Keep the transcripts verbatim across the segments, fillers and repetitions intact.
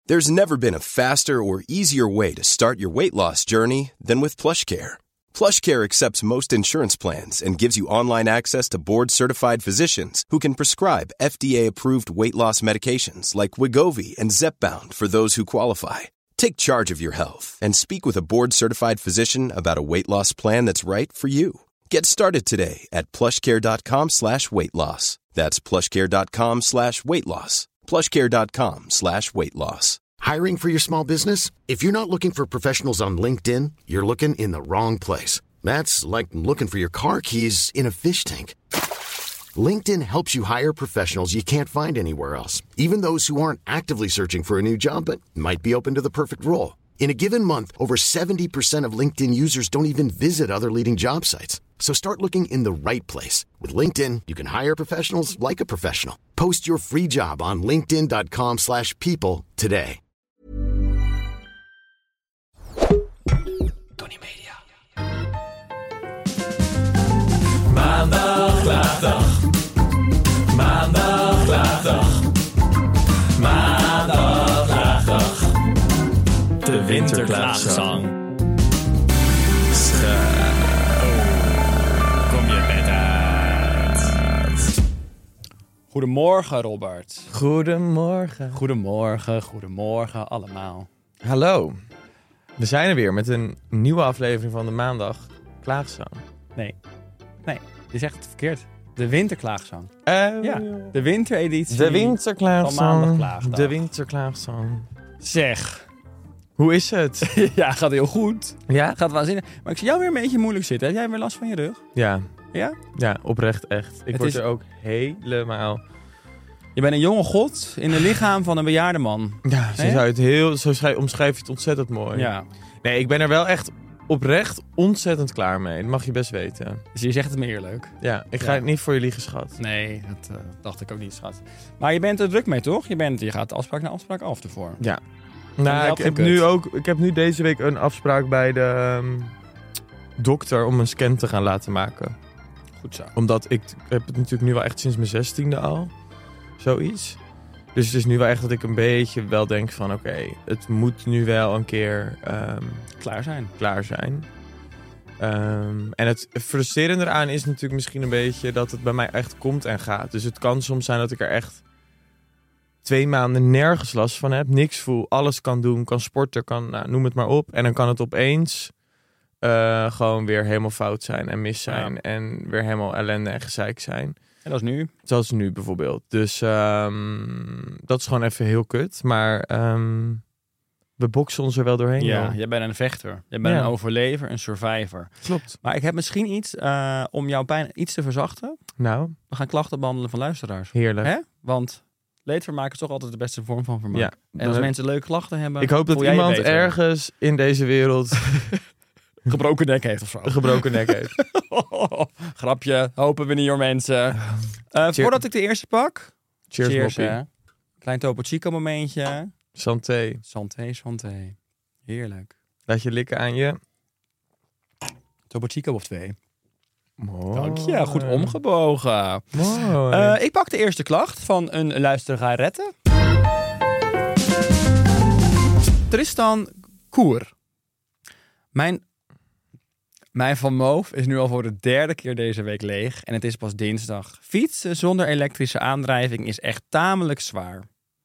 There's never been a faster or easier way to start your weight loss journey than with PlushCare. PlushCare accepts most insurance plans and gives you online access to board-certified physicians who can prescribe F D A-approved weight loss medications like Wegovy and Zepbound for those who qualify. Take charge of your health and speak with a board-certified physician about a weight loss plan that's right for you. Get started today at plushcare.com slash weight loss. That's plushcare.com slash weight loss. plushcare.com slash weight loss. Hiring for your small business? If you're not looking for professionals on LinkedIn, you're looking in the wrong place. That's like looking for your car keys in a fish tank. LinkedIn helps you hire professionals you can't find anywhere else, even those who aren't actively searching for a new job but might be open to the perfect role. In a given month, over seventy percent of LinkedIn users don't even visit other leading job sites. So start looking in the right place. With LinkedIn, you can hire professionals like a professional. Post your free job on linkedin.com slash people today. Tony Media. Maandag, klaagdag. Maandag, klaagdag. Maandag, klaagdag. De winterklaagzang. Kom je bed uit. Goedemorgen, Robert. Goedemorgen. Goedemorgen, goedemorgen allemaal. Hallo. We zijn er weer met een nieuwe aflevering van de Maandag Klaagzang. Nee, nee, je zegt het verkeerd. De winterklaagzang. Uh, Ja, de wintereditie. De winterklaagzang. Van Maandag Klaagdag. De winterklaagzang. Zeg. Hoe is het? Ja, gaat heel goed. Ja? Gaat waanzinnig. Maar ik zie jou weer een beetje moeilijk zitten. Heb jij weer last van je rug? Ja. Ja? Ja, oprecht echt. Ik Het word is- er ook helemaal... Je bent een jonge god in het lichaam van een bejaarde man. Ja, zo, Nee? zou je het heel, zo schrijf, omschrijf je het ontzettend mooi. Ja. Nee, ik ben er wel echt oprecht ontzettend klaar mee. Dat mag je best weten. Dus je zegt het me eerlijk. Ja, ik ga Ja. het niet voor je liegen, schat. Nee, dat uh, dacht ik ook niet, schat. Maar je bent er druk mee, toch? Je, bent, je gaat afspraak na afspraak af ervoor. Ja. Dat Nou, helpt ik heb, geen nu kut. ook, ik heb nu deze week een afspraak bij de ehm, dokter om een scan te gaan laten maken. Goed zo. Omdat ik, ik heb het natuurlijk nu wel echt sinds mijn zestiende al. Zoiets. Dus het is nu wel echt dat ik een beetje wel denk van oké, okay, het moet nu wel een keer ehm, Klaar zijn. klaar zijn. Um, en het frustrerende eraan is natuurlijk misschien een beetje dat het bij mij echt komt en gaat. Dus het kan soms zijn dat ik er echt twee maanden nergens last van heb. Niks voel, alles kan doen, kan sporten, kan, nou, noem het maar op. En dan kan het opeens uh, gewoon weer helemaal fout zijn en mis zijn. Ja. En weer helemaal ellende en gezeik zijn. En dat is nu. Zoals nu bijvoorbeeld. Dus um, dat is gewoon even heel kut. Maar um, we boksen ons er wel doorheen. Ja, joh. jij bent een vechter. Jij bent Ja. een overlever, een survivor. Klopt. Maar ik heb misschien iets uh, om jouw pijn iets te verzachten. Nou, We gaan klachten behandelen van luisteraars. heerlijk. Hè? Want leedvermaak is toch altijd de beste vorm van vermaak. Ja, En als dat- mensen leuke klachten hebben, Ik hoop dat voel jij je iemand beter. ergens in deze wereld gebroken nek heeft of zo. een gebroken nek heeft. Grapje, hopen we niet hoor mensen. Uh, voordat ik de eerste pak. Cheers, Cheers moppie. hè. Klein Topo Chico momentje. Santé. Santé, santé. Heerlijk. Laat je likken aan je. Topo Chico of twee. Mooi. Dank je, goed omgebogen. Mooi. Uh, ik pak de eerste klacht van een luisterarette. Tristan Koer. Mijn, mijn Van Moof is nu al voor de derde keer deze week leeg. En het is pas dinsdag. Fietsen zonder elektrische aandrijving is echt tamelijk zwaar.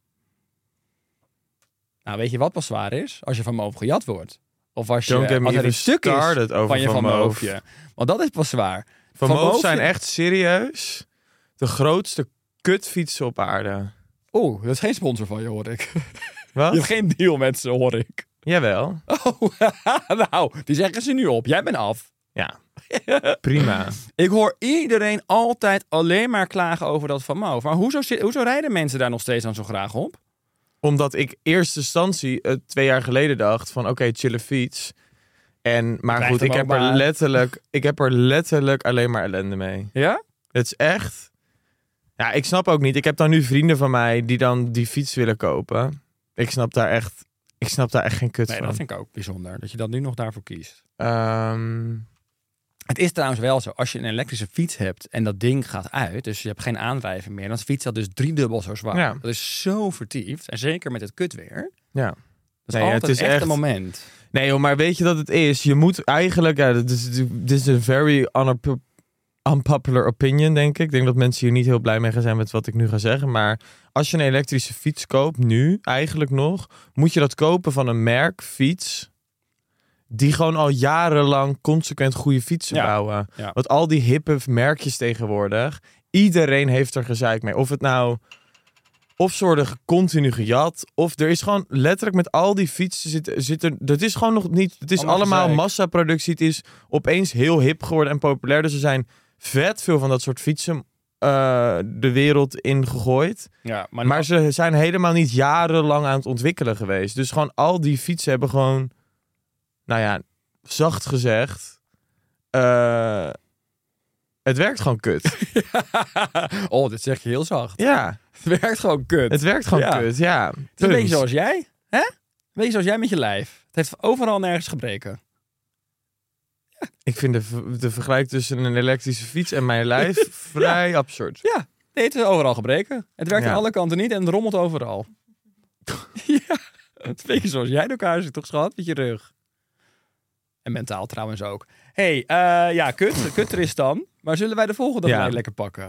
Nou, weet je wat pas zwaar is? Als je Van Moof gejat wordt. Of als, je, Don't get me als er even een stuk is started over van je Van Van Moof. Moofje. Want dat is pas zwaar. Van Van Moof Moof zijn vind- echt serieus de grootste kutfietsen op aarde. Oeh, dat is geen sponsor van je, hoor ik. Wat? Je hebt geen deal met ze, hoor ik. Jawel. Oh, nou, die zeggen ze nu op. Jij bent af. Ja. Prima. Ik hoor iedereen altijd alleen maar klagen over dat Van Moof. Maar hoezo, zit- hoezo rijden mensen daar nog steeds dan zo graag op? Omdat ik eerste instantie uh, twee jaar geleden dacht van oké, okay, chille fiets. En, maar Krijg goed, hem ik ook heb, er maar. letterlijk, ik heb er letterlijk alleen maar ellende mee. Ja? Het is echt... Ja, ik snap ook niet. Ik heb dan nu vrienden van mij die dan die fiets willen kopen. Ik snap daar echt, ik snap daar echt geen kut Nee, van. dat vind ik ook bijzonder. Dat je dat nu nog daarvoor kiest. Um, Het is trouwens wel zo. Als je een elektrische fiets hebt en dat ding gaat uit. Dus je hebt geen aandrijving meer. Dan fietst dat dus driedubbel zo zwaar. Ja. Dat is zo vertiefd. En zeker met het kutweer. Ja. Dat is Nee, altijd het is echt echt- een moment. Nee joh, maar weet je dat het is? Je moet eigenlijk... Ja, dit is, dit is een very unpo- unpopular opinion, denk ik. Ik denk dat mensen hier niet heel blij mee gaan zijn met wat ik nu ga zeggen. Maar als je een elektrische fiets koopt, nu eigenlijk nog... moet je dat kopen van een merk fiets... die gewoon al jarenlang consequent goede fietsen Ja. bouwen. Ja. Want al die hippe merkjes tegenwoordig... iedereen heeft er gezeik mee. Of het nou... Of ze worden continu gejat. Of er is gewoon letterlijk met al die fietsen zit, zit er... Dat is gewoon nog niet... Het is Allemaal allemaal gezeik. massaproductie. Het is opeens heel hip geworden en populair. Dus er zijn vet veel van dat soort fietsen eh, de wereld ingegooid. Ja, maar, Maar ze zijn helemaal niet jarenlang aan het ontwikkelen geweest. Dus gewoon al die fietsen hebben gewoon... Nou ja, zacht gezegd... eh, het werkt gewoon kut. oh, dit zeg je heel zacht. Ja, Het werkt gewoon kut. het werkt gewoon Ja. kut. Ja, Het is een beetje zoals jij, hè? Een beetje zoals jij met je lijf. Het heeft overal nergens gebreken. Ik vind de, v- de vergelijk tussen een elektrische fiets en mijn lijf vrij absurd. Ja, nee, het is overal gebreken. Het werkt Ja. aan alle kanten niet en het rommelt overal. ja, het is een beetje zoals jij in elkaar zit, toch schat? Met je rug. En mentaal trouwens ook. hey, eh, ja, kut, kut Tristan. Maar zullen wij de volgende Ja. gelijk lekker pakken? Of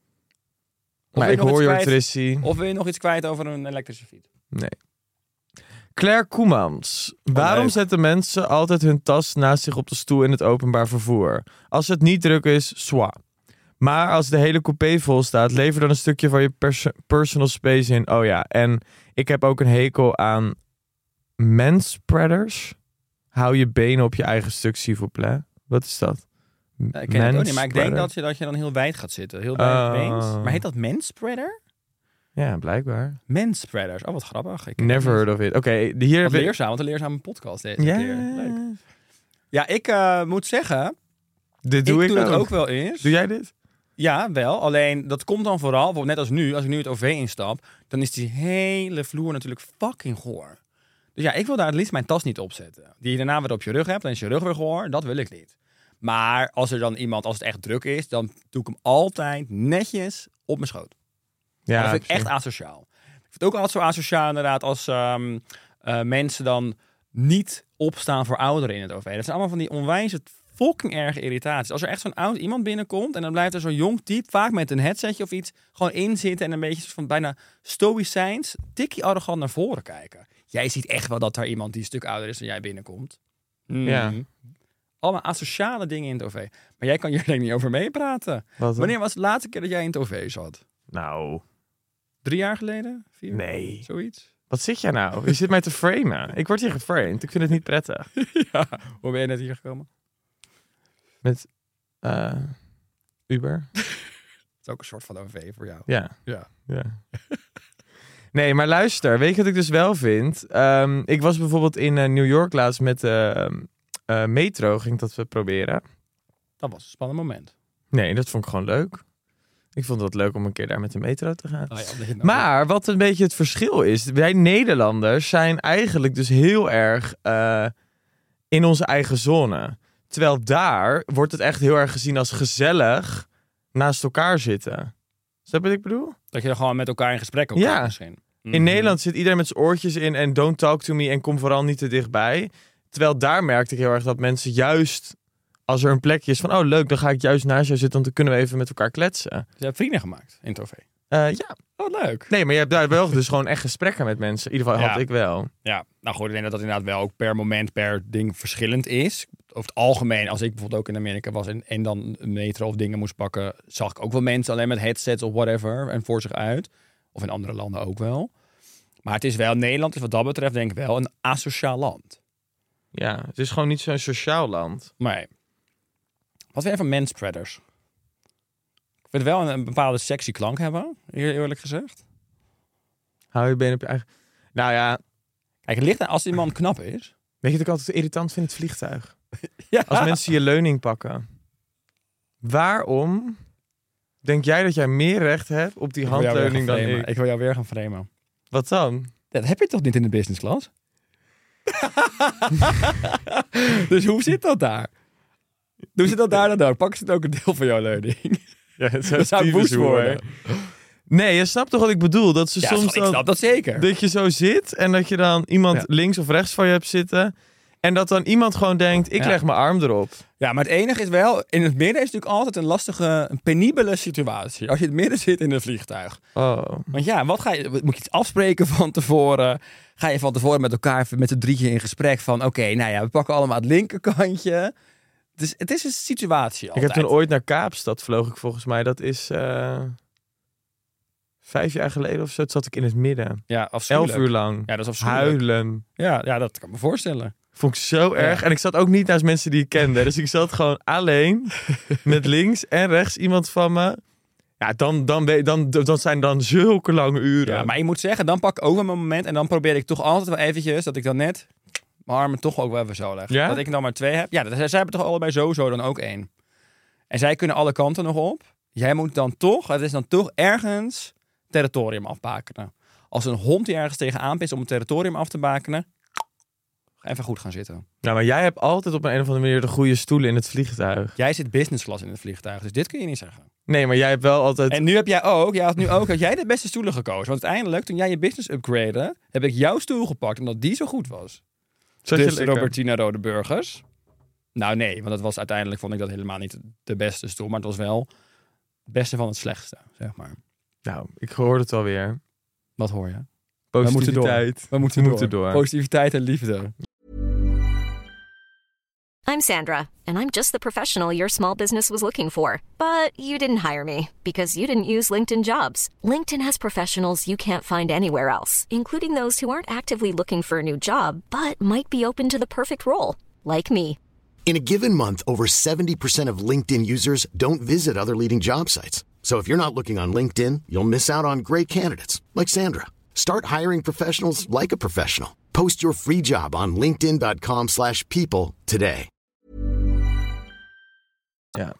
Maar wil je ik nog hoor iets je kwijt? Trissie. Of wil je nog iets kwijt over een elektrische fiets? Nee. Claire Koemans. Waarom leuk. zetten mensen altijd hun tas naast zich op de stoel in het openbaar vervoer? Als het niet druk is, zwa. Maar als de hele coupé vol staat, lever dan een stukje van je pers- personal space in. Oh ja, en ik heb ook een hekel aan manspreaders. Hou je benen op je eigen stuk, s'il vous plaît. Wat is dat? Ja, ik ken het ook niet, maar ik denk Manspreader? dat je, dat je dan heel wijd gaat zitten. Heel wijd Oh. beens. Maar heet dat manspreader? Ja, blijkbaar. Manspreaders. Oh, wat grappig. Ik ken Never het heard of it. Oké, hier... Wat leerzaam, wat een leerzame podcast deze Ja, keer. Leuk. Ja, ik eh, moet zeggen, dit doe ik ik, doe het ook. ook wel eens. Doe jij dit? Ja, wel. Alleen, dat komt dan vooral, bijvoorbeeld net als nu, als ik nu het O V instap, dan is die hele vloer natuurlijk fucking goor. Dus ja, ik wil daar het liefst mijn tas niet op zetten. Die je daarna weer op je rug hebt, dan is je rug weer goor. Dat wil ik niet. Maar als er dan iemand, als het echt druk is, dan doe ik hem altijd netjes op mijn schoot. Ja, dat vind ik echt precies. asociaal. Ik vind het ook altijd zo asociaal inderdaad als ehm, eh, mensen dan niet opstaan voor ouderen in het O V. Dat zijn allemaal van die onwijs fucking erge irritaties. Als er echt zo'n oud iemand binnenkomt en dan blijft er zo'n jong type vaak met een headsetje of iets gewoon inzitten en een beetje van bijna stoïcijns, tikkie arrogant naar voren kijken. Jij ziet echt wel dat daar iemand die een stuk ouder is dan jij binnenkomt. Hmm. Ja. Allemaal asociale dingen in het O V. Maar jij kan hier denk ik niet over meepraten. Wat dan? Wanneer was de laatste keer dat jij in het O V zat? Nou, Drie jaar geleden? Vier? nee. Zoiets? Wat zit jij nou? Je zit mij te framen. Ik word hier geframed. Ik vind het niet prettig. ja. Hoe ben je net hier gekomen? Met eh, Uber? Het is ook een soort van O V voor jou. Ja. Ja. ja. Nee, maar luister. Weet je wat ik dus wel vind? Ehm, ik was bijvoorbeeld in eh, New York laatst met de uh, metro. Ging ik dat we proberen. Dat was een spannend moment. Nee, dat vond ik gewoon leuk. Ik vond het leuk om een keer daar met de metro te gaan. Oh ja, omdat je het nou Maar wat een beetje het verschil is, wij Nederlanders zijn eigenlijk dus heel erg uh, in onze eigen zone. Terwijl daar wordt het echt heel erg gezien als gezellig naast elkaar zitten. Snap je wat ik bedoel? Dat je er gewoon met elkaar in gesprek ook Ja. gaat misschien. In Mhm. Nederland zit iedereen met zijn oortjes in en don't talk to me en kom vooral niet te dichtbij. Terwijl daar merkte ik heel erg dat mensen juist, als er een plekje is van, oh leuk, dan ga ik juist naast jou zitten, want dan kunnen we even met elkaar kletsen. Je hebt vrienden gemaakt in het O V. Uh, ja. Oh, leuk. Nee, maar je hebt daar wel dus gewoon echt gesprekken met mensen. In ieder geval Ja. had ik wel. Ja, nou goed, ik denk dat dat inderdaad wel ook per moment, per ding verschillend is. Over het algemeen, als ik bijvoorbeeld ook in Amerika was en, en dan een metro of dingen moest pakken, zag ik ook wel mensen alleen met headsets of whatever en voor zich uit. Of in andere landen ook wel. Maar het is wel, Nederland is wat dat betreft denk ik wel een asociaal land. Ja, het is gewoon niet zo'n sociaal land. Maar wat vind je van manspreaders? Ik vind het wel een, een bepaalde sexy klank hebben, eer- eerlijk gezegd. Hou je benen op je eigen... Nou ja, Kijk, het ligt aan als die man knap is. weet je wat ik altijd irritant vind? Het vliegtuig. Ja. Als mensen je leuning pakken. Waarom denk jij dat jij meer recht hebt op die Ik wil jou weer handleuning gaan dan framen. ik? Ik wil jou weer gaan framen. Wat dan? Dat heb je toch niet in de business class? Dus hoe zit dat daar? Hoe zit dat daar dan ook? Pakken ze het ook een deel van jouw leuning? Ja, het Dat zou woest worden. Nee, je snapt toch wat ik bedoel? Dat ze Ja, soms ik dan, snap dat zeker. dat je zo zit en dat je dan iemand Ja. links of rechts van je hebt zitten. En dat dan iemand gewoon denkt, ik Ja. leg mijn arm erop. Ja, maar het enige is wel, in het midden is natuurlijk altijd een lastige, een penibele situatie. Als je in het midden zit in een vliegtuig. Oh. Want ja, wat ga je, moet je iets afspreken van tevoren? Ga je van tevoren met elkaar met z'n drieën in gesprek van, oké, okay, nou ja, we pakken allemaal het linkerkantje. Dus het is een situatie altijd. Ik heb toen ooit naar Kaapstad vloog ik volgens mij. Dat is uh, vijf jaar geleden of zo. Toen zat ik in het midden. Ja, afschuwelijk. Elf uur lang. Ja, dat is afschuwelijk. Huilen. Ja, ja, dat kan ik me voorstellen. Vond ik zo erg. Ja. En ik zat ook niet naast mensen die ik kende. Dus ik zat gewoon alleen met links en rechts iemand van me. Ja, dan, dan, dan, dan, dan zijn dan zulke lange uren. Ja, maar je moet zeggen, dan pak ik ook wel mijn moment. En dan probeer ik toch altijd wel eventjes, dat ik dan net mijn armen toch ook wel even zo leg. Ja? Dat ik dan maar twee heb. Ja, dat, zij hebben toch allebei sowieso dan ook één. En zij kunnen alle kanten nog op. Jij moet dan toch, het is dan toch ergens territorium afbakenen. Als een hond die ergens tegenaan pist om een territorium af te bakenen, even goed gaan zitten. Nou, maar jij hebt altijd op een, een of andere manier de goede stoelen in het vliegtuig. Jij zit business class in het vliegtuig, dus dit kun je niet zeggen. Nee, maar jij hebt wel altijd... En nu heb jij ook, jij had nu ook, had jij de beste stoelen gekozen. Want uiteindelijk, toen jij je business upgrade, heb ik jouw stoel gepakt, omdat die zo goed was. Zat je Dus lekker? Robertina Rode Burgers. Nou nee, want dat was uiteindelijk, vond ik dat helemaal niet de beste stoel. Maar het was wel het beste van het slechtste, zeg maar. Nou, ik hoorde het alweer. Wat hoor je? Positiviteit. We moeten, We moeten door. door. Positiviteit en liefde. I'm Sandra, and I'm just the professional your small business was looking for. But you didn't hire me because you didn't use LinkedIn Jobs. LinkedIn has professionals you can't find anywhere else, including those who aren't actively looking for a new job, but might be open to the perfect role, like me. In a given month, over seventy percent of LinkedIn users don't visit other leading job sites. So if you're not looking on LinkedIn, you'll miss out on great candidates like Sandra. Start hiring professionals like a professional. Post your free job on linkedin.com slash people today. Ja.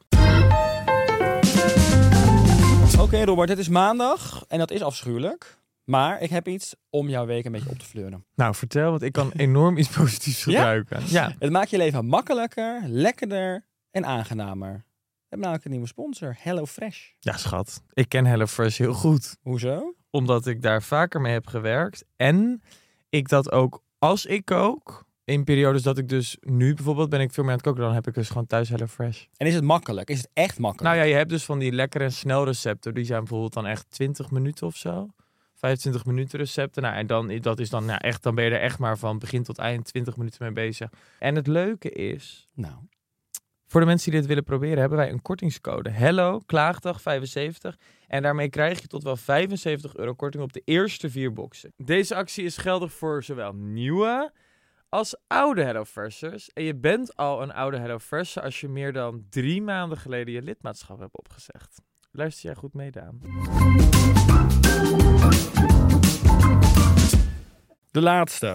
Oké okay, Robert, het is maandag en dat is afschuwelijk. Maar ik heb iets om jouw week een beetje op te fleuren. Nou, vertel, want ik kan enorm iets positiefs gebruiken. Ja? Ja. Het maakt je leven makkelijker, lekkerder en aangenamer. We hebben namelijk een nieuwe sponsor, HelloFresh. Ja, schat. Ik ken HelloFresh heel goed. Hoezo? Omdat ik daar vaker mee heb gewerkt. En ik dat ook als ik kook, in periodes dat ik dus nu bijvoorbeeld ben ik veel meer aan het koken, dan heb ik dus gewoon thuis HelloFresh. En is het makkelijk? Is het echt makkelijk? Nou ja, je hebt dus van die lekkere en snel recepten. Die zijn bijvoorbeeld dan echt twintig minuten of zo. vijfentwintig minuten recepten. Nou, en dan, dat is dan, nou, echt, dan ben je er echt maar van begin tot eind twintig minuten mee bezig. En het leuke is, Nou, voor de mensen die dit willen proberen, hebben wij een kortingscode. Hello, klaagdag vijfenzeventig. En daarmee krijg je tot wel vijfenzeventig euro korting op de eerste vier boxen. Deze actie is geldig voor zowel nieuwe als oude HelloFreshers. En je bent al een oude HelloFresher als je meer dan drie maanden geleden je lidmaatschap hebt opgezegd. Luister jij goed mee, Daan? de laatste.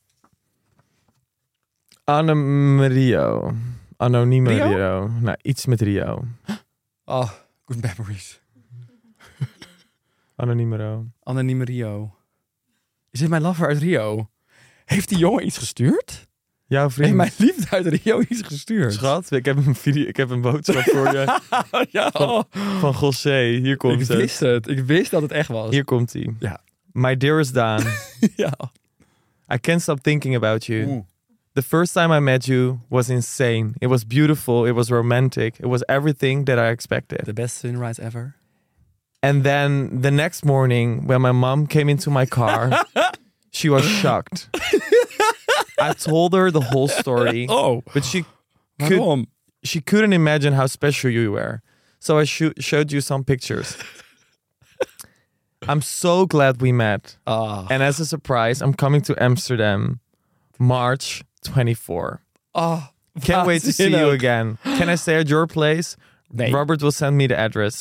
Annemario. Anonieme Rio? Rio. Nou, iets met Rio. Oh, good memories. Anonieme Rio. Anonieme Rio. Is dit mijn lover uit Rio? Heeft die jongen iets gestuurd? Jouw vriend. Heeft mijn liefde uit Rio iets gestuurd? Schat, ik heb een video, ik heb een boodschap voor je ja, oh. van José. Hier komt Ik het. wist het. Ik wist dat het echt was. Hier komt hij. Ja. My dearest Daan, ja. I can't stop thinking about you. Oeh. The first time I met you was insane. It was beautiful. It was romantic. It was everything that I expected. The best sunrise ever. And then the next morning, when my mom came into my car, she was shocked. I told her the whole story, Oh, but she could, waarom? she couldn't imagine how special you were. So I sho- showed you some pictures. I'm so glad we met. Ah. And as a surprise, I'm coming to Amsterdam, March twenty-fourth. Oh, Can't wait to see you waanzinnig. again. Can I stay at your place? Nee. Robert will send me the address.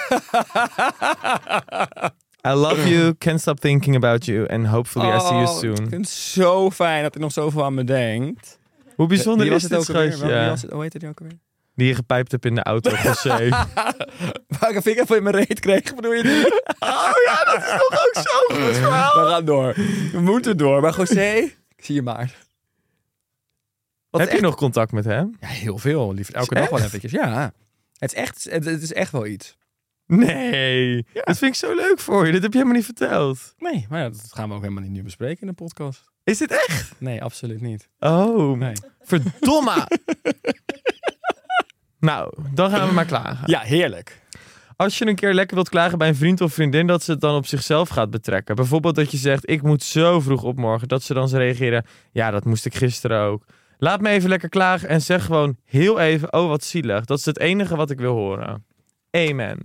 I love you. Can't stop thinking about you. And hopefully I see you Oh, Ik soon. vind het zo fijn dat hij nog zoveel aan me denkt. Hoe bijzonder Wie was is het dit, ook alweer? schatje? Wie Ja. was het? Hoe heette die ook alweer? Die je gepijpt hebt in de auto, José. Waar ik een vinger voor in mijn reet kreeg, bedoel je niet? Oh ja, dat is toch ook zo'n goed verhaal. We gaan door. We moeten door. Maar José, ik zie je maar. Wat Heb je echt- nog contact met hem? Ja, heel veel. Lief. Elke Is dag wel echt? eventjes. Ja. Het is echt, het, het is echt wel iets. Nee, Ja. dat vind ik zo leuk voor je. Dit heb je helemaal niet verteld. Nee, maar ja, dat gaan we ook helemaal niet nu bespreken in de podcast. Is dit echt? Nee, absoluut niet. Oh, Nee. verdomme. Nou, dan gaan we maar klagen. Ja, heerlijk. Als je een keer lekker wilt klagen bij een vriend of vriendin, dat ze het dan op zichzelf gaat betrekken. Bijvoorbeeld dat je zegt, ik moet zo vroeg op morgen. Dat ze dan reageren, ja, dat moest ik gisteren ook. Laat me even lekker klagen en zeg gewoon heel even, oh wat zielig. Dat is het enige wat ik wil horen. Amen.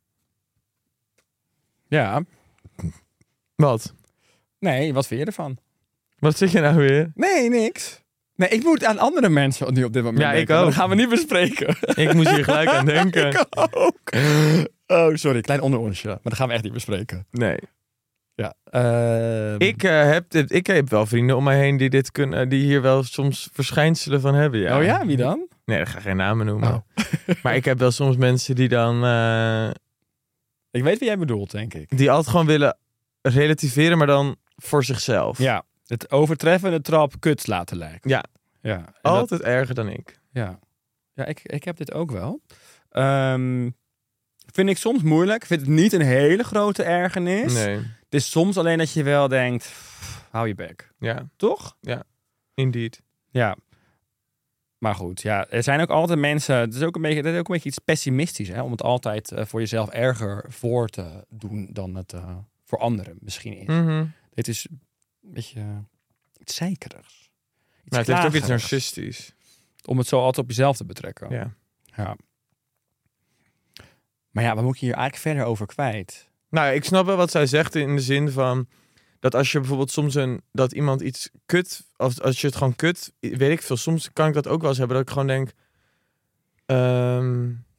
Ja. Wat? Nee, wat vind je ervan? Wat zeg je nou weer? Nee, niks. Nee, ik moet aan andere mensen nu op dit moment Ja, ik denken, maar ook. dat gaan we niet bespreken. Ik moest hier gelijk aan denken. Ik ook. Oh, sorry, klein onderonsje. Maar dat gaan we echt niet bespreken. Nee. Ja. ehm, Ik, uh, heb dit, ik heb wel vrienden om mij heen die, dit kunnen, die hier wel soms verschijnselen van hebben. Ja. Oh ja, wie dan? Nee, ik ga geen namen noemen. Oh. Maar ik heb wel soms mensen die dan... uh, Ik weet wie jij bedoelt, denk ik. die altijd gewoon willen relativeren, maar dan voor zichzelf. Ja, het overtreffende trap kuts laten lijken. Ja. Ja. En Altijd erger dan ik. dat- ja. Ja, ik, ik heb dit ook wel. Ehm, vind ik soms moeilijk. Ik vind het niet een hele grote ergernis. Nee. Het is soms alleen dat je wel denkt, pff, hou je bek. Ja, Toch? indeed. Ja. Maar goed, ja, er zijn ook altijd mensen... Het is ook een beetje, dat is ook een beetje iets pessimistisch, hè? Om het altijd uh, voor jezelf erger voor te doen dan het uh, voor anderen misschien is. Mm-hmm. Dit is een beetje uh, iets zeikerigs. Iets Maar het heeft ook iets klagerigs. narcistisch. Om het zo altijd op jezelf te betrekken. Ja. Ja. Maar ja, wat moet je hier eigenlijk verder over kwijt? Nou ja, ik snap wel wat zij zegt in de zin van... dat als je bijvoorbeeld soms een... dat iemand iets kut... of als je het gewoon kut... weet ik veel. Soms kan ik dat ook wel eens hebben. Dat ik gewoon denk... Um,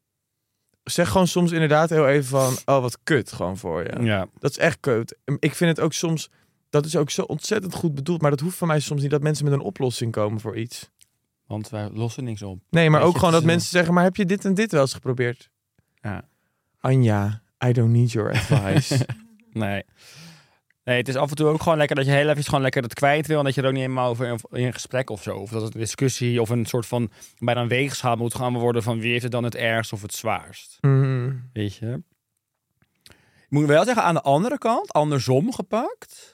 zeg gewoon soms inderdaad heel even van... oh, wat kut gewoon voor je. Ja. Dat is echt kut. Ik vind het ook soms... dat is ook zo ontzettend goed bedoeld... maar dat hoeft van mij soms niet dat mensen met een oplossing komen voor iets. Want wij lossen niks op. Nee, maar Weet ook je, gewoon het dat is, mensen zeggen... maar heb je dit en dit wel eens geprobeerd? Ja. Anja, I don't need your advice. Nee. Nee, het is af en toe ook gewoon lekker dat je heel even gewoon lekker het kwijt wil. En dat je er ook niet helemaal over in, in een gesprek of zo. Of dat het een discussie of een soort van... bij een weegschaal moet gaan worden van wie heeft het dan het ergst of het zwaarst. Mm. Weet je? Ik moet wel zeggen, aan de andere kant, andersom gepakt.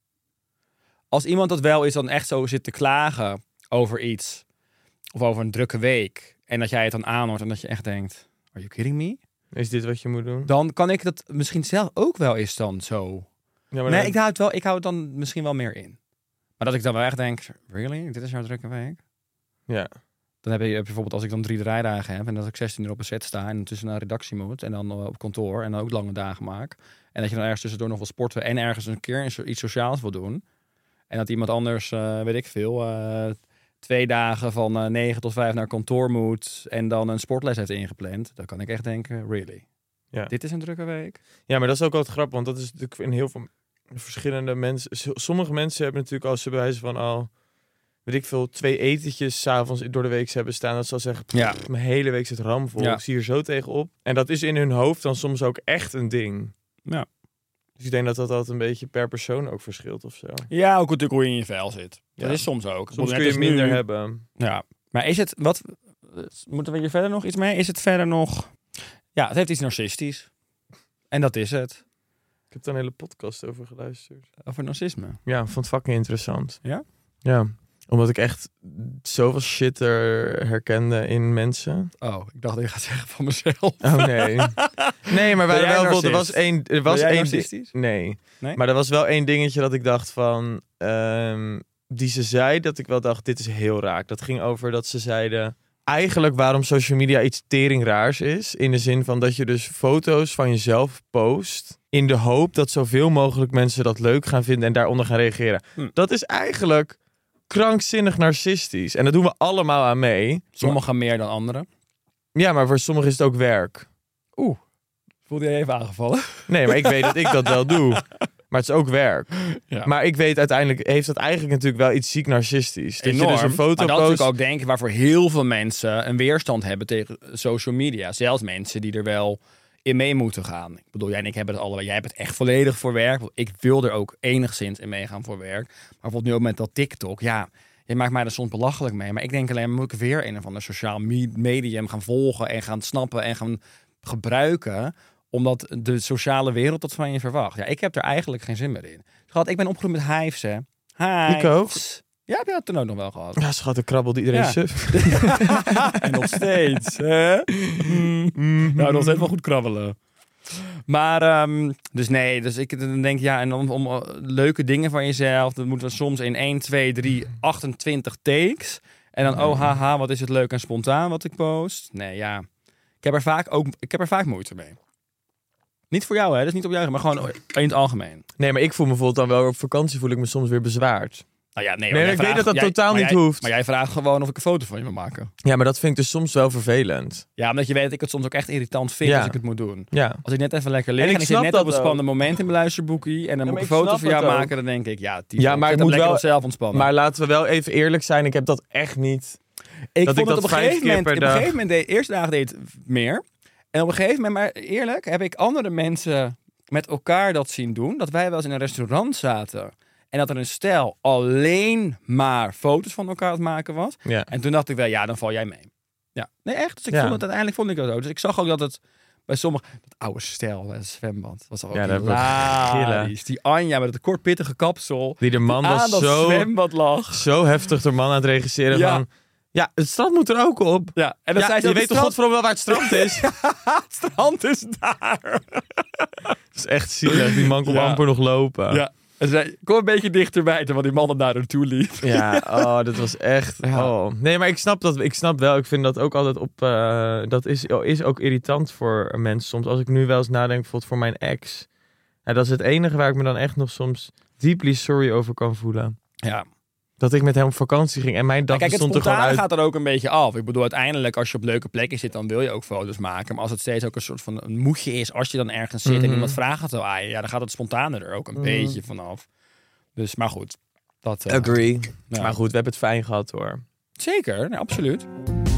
Als iemand dat wel is dan echt zo zit te klagen over iets. Of over een drukke week. En dat jij het dan aanhoort en dat je echt denkt... Are you kidding me? Is dit wat je moet doen? Dan kan ik dat misschien zelf ook wel eens dan zo... Ja, maar Nee, dan- ik hou het wel. Ik hou het dan misschien wel meer in. Maar dat ik dan wel echt denk, really? Dit is jouw drukke week? Ja. Dan heb je heb je bijvoorbeeld als ik dan drie rijdagen heb en dat ik zestien uur op een set sta en tussen naar redactie moet en dan uh, op kantoor en dan ook lange dagen maak. En dat je dan ergens tussendoor nog wil sporten en ergens een keer iets sociaals wil doen. En dat iemand anders, uh, weet ik veel, uh, twee dagen van uh, negen tot vijf naar kantoor moet en dan een sportles heeft ingepland. Dan kan ik echt denken, really? Ja. Dit is een drukke week? Ja, maar dat is ook altijd grappig, want dat is natuurlijk in heel veel verschillende mensen. S- Sommige mensen hebben natuurlijk als ze bewijzen van al, weet ik veel, twee etentjes 's avonds door de week hebben staan. Dat ze al zeggen, pff, Ja. mijn hele week zit ramvol. Ja. Ik zie hier zo tegenop. En dat is in hun hoofd dan soms ook echt een ding. Ja. Dus ik denk dat dat altijd een beetje per persoon ook verschilt of zo. Ja, ook natuurlijk hoe je in je vel zit. Dat Ja. is soms ook. Soms Net kun je als minder nu. hebben. Ja, maar is het, wat, moeten we hier verder nog iets mee? Is het verder nog, ja, het heeft iets narcistisch. En dat is het. Ik heb daar een hele podcast over geluisterd. Over narcisme. Ja, vond het fucking interessant. Ja? Ja, omdat ik echt zoveel shit er herkende in mensen. Oh, ik dacht dat je gaat zeggen van mezelf. Oh nee. Nee, maar Ben wij jij wel, narcist? er was één, er was Ben jij één di- narcistisch? Nee. Nee? Maar er was wel één dingetje dat ik dacht van, ehm, die ze zei, dat ik wel dacht, dit is heel raak. Dat ging over dat ze zeiden, eigenlijk waarom social media iets teringraars is. In de zin van dat je dus foto's van jezelf post, in de hoop dat zoveel mogelijk mensen dat leuk gaan vinden en daaronder gaan reageren. Hm. Dat is eigenlijk krankzinnig narcistisch. En daar doen we allemaal aan mee. Sommigen meer dan anderen. Ja, maar voor sommigen is het ook werk. Oeh, voelde jij even aangevallen? Nee, maar ik weet dat ik dat wel doe. Maar het is ook werk. Ja. Maar ik weet uiteindelijk, heeft dat eigenlijk natuurlijk wel iets ziek narcistisch. Dat Enorm. je dus een foto maar dat is post. natuurlijk ook denk ik waarvoor heel veel mensen een weerstand hebben tegen social media. Zelfs mensen die er wel in mee moeten gaan. Ik bedoel, jij en ik hebben het allebei. Jij hebt het echt volledig voor werk. Ik wil er ook enigszins in meegaan voor werk. Maar bijvoorbeeld nu ook met dat TikTok. Ja, je maakt mij er soms belachelijk mee. Maar ik denk alleen, moet ik weer een of ander sociaal me- medium gaan volgen en gaan snappen en gaan gebruiken omdat de sociale wereld dat van je verwacht. Ja, ik heb er eigenlijk geen zin meer in. Schat, ik ben opgegroeid met hives, hè. Hives. Ik ook. Ja, heb je dat toen ook nog wel gehad? Ja, schat, er krabbelde iedereen Ja. suf. En nog steeds, hè? Mm. Nou, nog steeds wel goed krabbelen. Maar, um, dus nee, dus ik dan denk, ja, en om, om uh, leuke dingen van jezelf, dat moeten we soms in één, twee, drie, achtentwintig takes. En dan, oh haha, wat is het leuk en spontaan wat ik post. Nee, ja, ik heb er vaak ook, ik heb er vaak moeite mee. Niet voor jou, hè, dat is niet op jou, maar gewoon in het algemeen. Nee, maar ik voel me bijvoorbeeld dan wel op vakantie voel ik me soms weer bezwaard. Nou ja, nee, Nee, jij ik weet vraagt- dat dat jij- totaal maar niet jij- hoeft. Maar jij vraagt gewoon of ik een foto van je mag maken. Ja, maar dat vind ik dus soms wel vervelend. Ja, omdat je weet dat ik het soms ook echt irritant vind Ja. als ik het moet doen. Ja. Als ik net even lekker lig En en ik ik zit snap net dat op een ook. spannend moment in mijn luisterboekie en dan Ja, moet ik maar een ik foto snap van jou dat ook. maken, dan denk ik, ja, die Ja, maar ik moet moet lekker wel- op zelf ontspannen. Maar laten we wel even eerlijk zijn, ik heb dat echt niet. ik dat vond ik het dat op een vijf gegeven keer moment, per op een dag- gegeven moment deed, de eerste dagen deed het meer. En op een gegeven moment, maar eerlijk, heb ik andere mensen met elkaar dat zien doen. Dat wij wel eens in een restaurant zaten en dat er een stel alleen maar foto's van elkaar aan het maken was. Ja. En toen dacht ik wel, ja, dan val jij mee. Ja, nee, echt. Dus ik Ja. vond het uiteindelijk vond ik dat ook. Dus ik zag ook dat het bij sommigen, dat oude stel, het zwembad, was al ook Ja, dat hilarisch. Die Anja met het kortpittige kapsel, Die de man aan was dat zo, zwembad lag. zo heftig de man aan het regisseren Ja. van... Ja, het strand moet er ook op. Ja, en dan Ja, zei ze je ook, weet toch het godverdomme wel waar het strand is? strand- het strand is daar. Dat is echt zielig. Die man kon Ja. amper nog lopen. Ja. En zei, kom een beetje dichterbij, terwijl die man er naar naartoe liep. Ja, oh, dat was echt... Ja. Oh. Nee, maar ik snap dat. Ik snap wel. Ik vind dat ook altijd op... eh, dat is, is ook irritant voor mensen soms. Als ik nu wel eens nadenk, bijvoorbeeld voor mijn ex. Ja, dat is het enige waar ik me dan echt nog soms deeply sorry over kan voelen. Ja. Dat ik met hem op vakantie ging en mijn dag Kijk, het stond er gewoon spontane uit. gaat er ook een beetje af. Ik bedoel, uiteindelijk als je op leuke plekken zit, dan wil je ook foto's maken. Maar als het steeds ook een soort van een moedje is, als je dan ergens zit en Mhm. iemand vraagt het al aan je, ja, dan gaat het spontane er ook een Mhm. beetje vanaf. Dus, maar goed. Dat, eh, Agree. ja. Maar goed, we hebben het fijn gehad hoor. Zeker, nee, absoluut.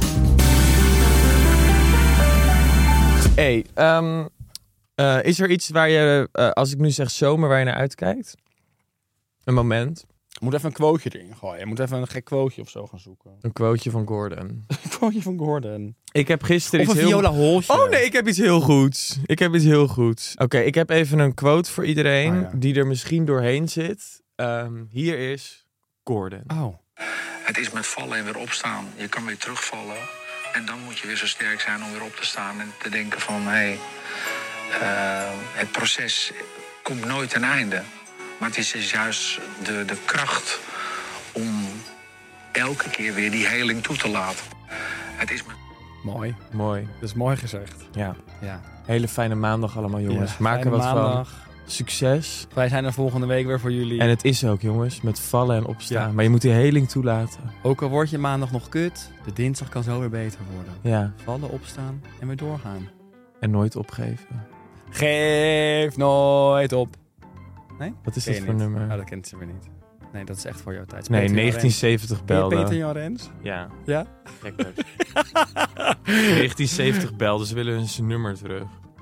Hey, ehm, eh, is er iets waar je, eh, als ik nu zeg zomer, waar je naar uitkijkt? Een moment. Je moet even een quoteje erin gooien. Je moet even een gek quoteje of zo gaan zoeken. Een quoteje van Gordon. Een quoteje van Gordon. Ik heb gisteren Of een iets heel... Viola Holsje. Oh nee, ik heb iets heel goeds. Ik heb iets heel goeds. Oké, ik heb even een quote voor iedereen Oh, ja. die er misschien doorheen zit. Ehm, hier is Gordon. Oh. Het is met vallen en weer opstaan. Je kan weer terugvallen. En dan moet je weer zo sterk zijn om weer op te staan. En te denken van, hé, hey, uh, het proces komt nooit ten einde. Maar het is dus juist de, de kracht om elke keer weer die heling toe te laten. Het is met... Mooi. Mooi. Dat is mooi gezegd. Ja. Ja. Hele fijne maandag allemaal, jongens. Ja, Maak er fijne wat maandag. van. Succes. Wij zijn er volgende week weer voor jullie. En het is ook, jongens, met vallen en opstaan. Ja. Maar je moet die heling toelaten. Ook al word je maandag nog kut, de dinsdag kan zo weer beter worden. Ja. Vallen, opstaan en weer doorgaan. En nooit opgeven. Geef nooit op. Nee? Wat is Ken dat je voor niet? nummer? Oh, dat kent ze weer niet. Nee, dat is echt voor jouw tijd. Nee, Peter Jan negentien zeventig Rens. Ken je belde. Peter Jan Rens? Ja, Ja? gek dus. negentien zeventig belde, ze willen zijn nummer terug.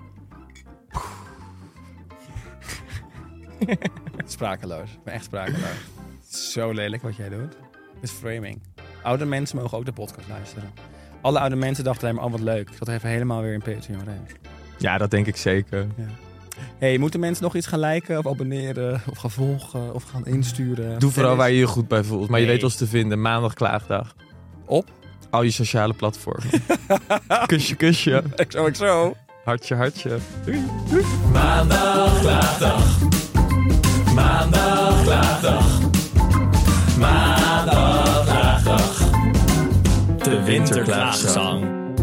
Sprakeloos. Ik ben echt sprakeloos. Zo lelijk wat jij doet. Het is framing. Oude mensen mogen ook de podcast luisteren. Alle oude mensen dachten alleen maar, oh wat leuk. Ik zat even helemaal weer in Peter Jan Rens. Ja, dat denk ik zeker. Ja. Hey, moeten mensen nog iets gaan liken of abonneren of gaan volgen of gaan insturen? Doe vooral Dennis? waar je je goed bij voelt. Maar je Nee. weet ons te vinden. Maandag klaagdag. Op? Al je sociale platformen. Kusje, kusje. X O X O. Hartje, hartje. Maandag, klaagdag. Maandag, klaagdag. Maandag, klaagdag. De winterklaagzang.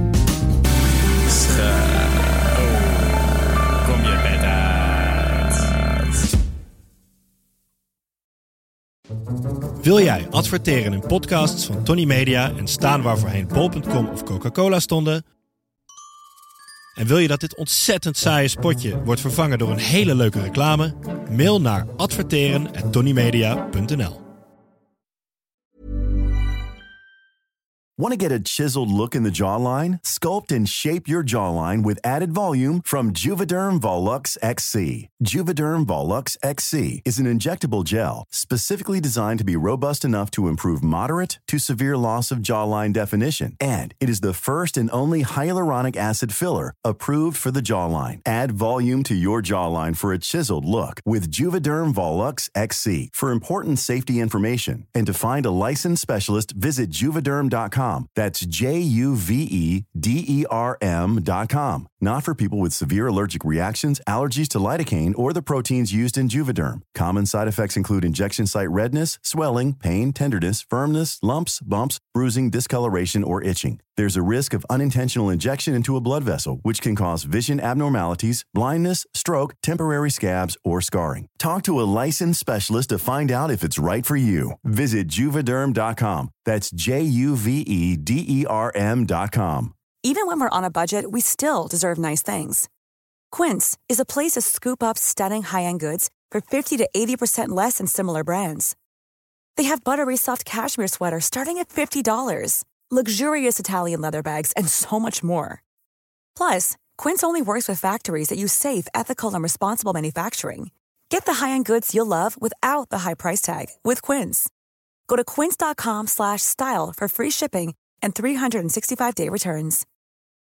Kom je bed uit. Wil jij adverteren in podcasts van Tony Media en staan waar voorheen bol punt com of Coca-Cola stonden? En wil je dat dit ontzettend saaie spotje wordt vervangen door een hele leuke reclame? Mail naar adverteren at tonymedia punt n l. Want to get a chiseled look in the jawline? Sculpt and shape your jawline with added volume from Juvederm Volux X C. Juvederm Volux X C is an injectable gel specifically designed to be robust enough to improve moderate to severe loss of jawline definition. And it is the first and only hyaluronic acid filler approved for the jawline. Add volume to your jawline for a chiseled look with Juvederm Volux X C. For important safety information and to find a licensed specialist, visit juvederm dot com. That's J U V E D E R M dot com. Not for people with severe allergic reactions, allergies to lidocaine, or the proteins used in Juvederm. Common side effects include injection site redness, swelling, pain, tenderness, firmness, lumps, bumps, bruising, discoloration, or itching. There's a risk of unintentional injection into a blood vessel, which can cause vision abnormalities, blindness, stroke, temporary scabs, or scarring. Talk to a licensed specialist to find out if it's right for you. Visit juvederm dot com. That's J U V E D E R M dot com. Even when we're on a budget, we still deserve nice things. Quince is a place to scoop up stunning high-end goods for fifty to eighty percent less than similar brands. They have buttery soft cashmere sweaters starting at fifty dollars, luxurious Italian leather bags, and so much more. Plus, Quince only works with factories that use safe, ethical, and responsible manufacturing. Get the high-end goods you'll love without the high price tag with Quince. Go to quince dot com slash style for free shipping and three sixty-five day returns.